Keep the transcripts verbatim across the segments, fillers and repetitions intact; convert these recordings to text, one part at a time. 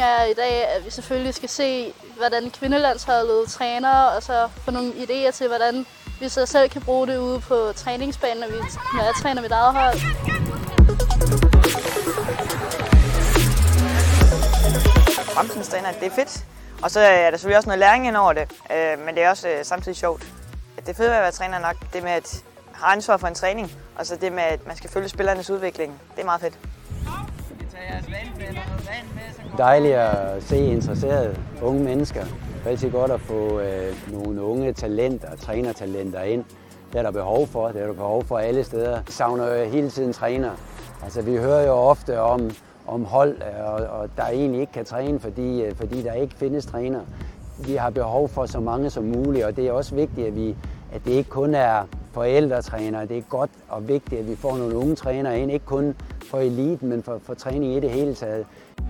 er i dag, at vi selvfølgelig skal se, hvordan kvindelandsholdet træner, og så få nogle idéer til, hvordan vi så selv kan bruge det ude på træningsbanen, når, vi, når jeg træner mit eget hold. Fremtidens træner, det er fedt. Og så er der selvfølgelig også noget læring ind over det, men det er også samtidig sjovt. Det fede ved at være træner nok, det med at have ansvar for en træning, og så det med, at man skal følge spillernes udvikling. Det er meget fedt. Dejligt at se interesserede unge mennesker. Rigtig godt at få øh, nogle unge talenter, trænertalenter ind. Det er der behov for. Det er der behov for alle steder. Jeg savner jo hele tiden træner. Altså, vi hører jo ofte om, om hold, og, og der egentlig ikke kan træne, fordi, fordi der ikke findes træner. Vi har behov for så mange som muligt, og det er også vigtigt, at, vi, at det ikke kun er forældretrænere. Det er godt og vigtigt, at vi får nogle unge trænere ind, ikke kun for eliten, men for, for træning i det hele taget.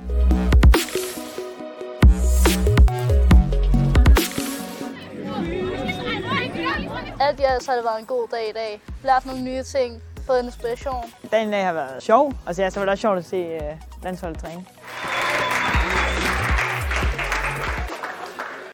Alt i alt så har det været en god dag i dag. Lært nogle nye ting, fået inspiration. Dagen i dag har været sjov, og så er det også sjovt at se landsholdet træne.